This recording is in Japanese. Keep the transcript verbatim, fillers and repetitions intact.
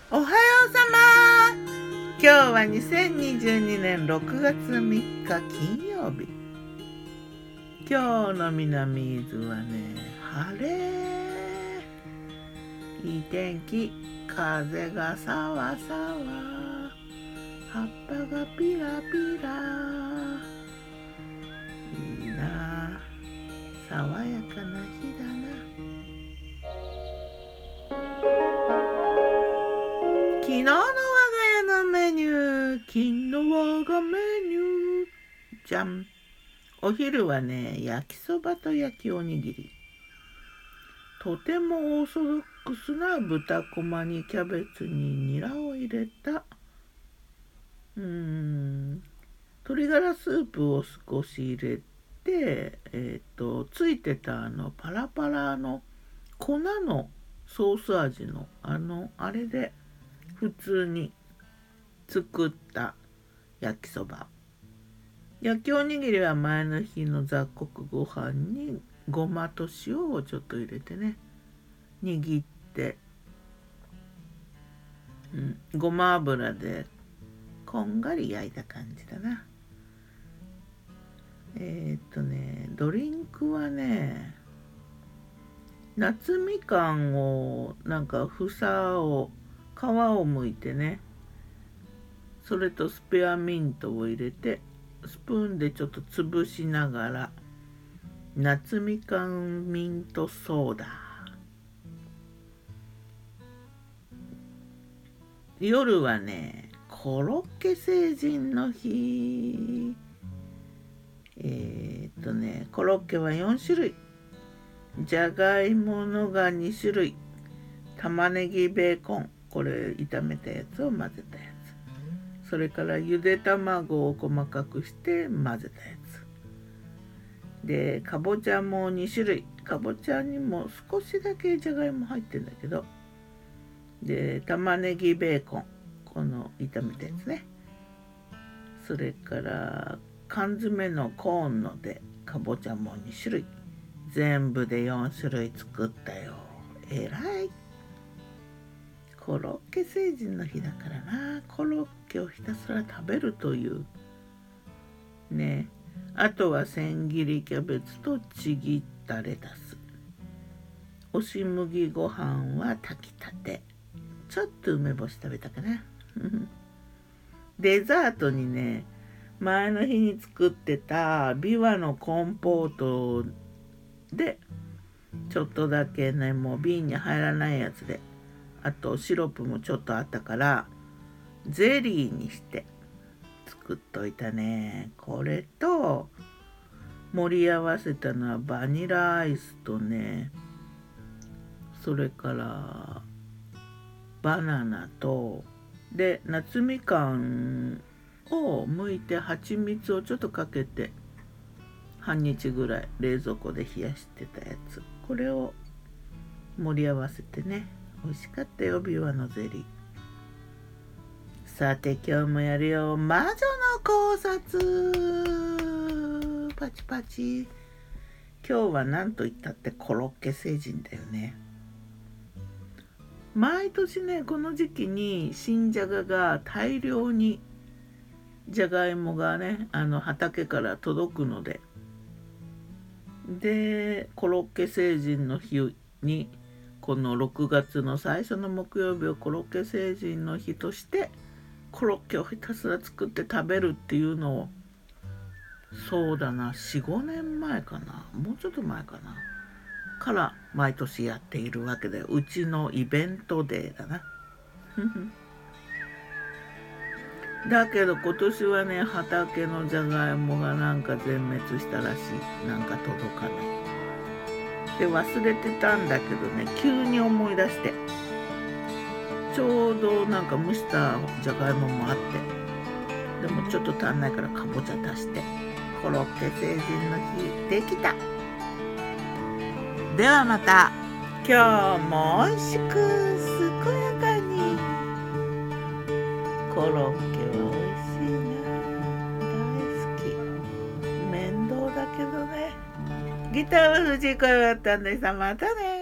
おはようさま。今日はにせんにじゅうにねんろくがつみっか金曜日。今日の南伊豆はね、晴れ、いい天気、風がさわさわ、葉っぱがピラピラ、いいな、爽やかな日だな。昨日の我が家のメニュー、昨日我がメニュー、じゃん。お昼はね、焼きそばと焼きおにぎり。とてもオーソドックスな豚こまにキャベツにニラを入れた、うーん、鶏ガラスープを少し入れて、えっと、ついてたあのパラパラの粉のソース味のあの、あれで普通に作った焼きそば。焼きおにぎりは前の日の雑穀ご飯にごまと塩をちょっと入れてね、握って、うん、ごま油でこんがり焼いた感じだな。えー、っとねドリンクはね、夏みかんをなんか房を皮を剥いてね、それとスペアミントを入れてスプーンでちょっと潰しながら、夏みかんミントソーダ。夜はね、コロッケ成人の日。えー、っとねコロッケはよんしゅるい、じゃがいものがにしゅるい、玉ねぎベーコン、これ炒めたやつを混ぜたやつ、それからゆで卵を細かくして混ぜたやつで、かぼちゃもにしゅるい、かぼちゃにも少しだけじゃがいも入ってんだけど、で玉ねぎベーコン、この炒めたやつね、それから缶詰のコーンのでかぼちゃもにしゅるい、全部でよんしゅるい作ったよ。えらい。コロッケ成人の日だからな、コロッケをひたすら食べるというね。あとは千切りキャベツとちぎったレタス。押し麦ご飯は炊きたて、ちょっと梅干し食べたかな。デザートにね、前の日に作ってたビワのコンポートでちょっとだけね、もう瓶に入らないやつで、あとシロップもちょっとあったからゼリーにして作っといたね。これと盛り合わせたのはバニラアイスとね、それからバナナと、で夏みかんを剥いて蜂蜜をちょっとかけて半日ぐらい冷蔵庫で冷やしてたやつ、これを盛り合わせてね、美味しかったよ、ビワのゼリー。さて今日もやるよ、魔女の考察。パチパチ。今日は何と言ったってコロッケ成人だよね。毎年ね、この時期に新じゃがが大量にじゃがいもがね、あの畑から届くので、でコロッケ成人の日に、このろくがつの最初の木曜日をコロッケ成人の日としてコロッケをひたすら作って食べるっていうのを、そうだな、よん、ごねんまえかな、もうちょっと前かなから毎年やっているわけで、うちのイベントデーだな。だけど今年はね、畑のじゃがいもがなんか全滅したらしい。なんか届かないで忘れてたんだけどね、急に思い出して、ちょうどなんか蒸したじゃがいももあって、でもちょっと足んないからかぼちゃ足してコロッケ成人の日できた。ではまた。今日も美味しく健やかに。コロッケは美味しいな、大好き。面倒だけどね。ギターは藤井声だったんでさ、またね。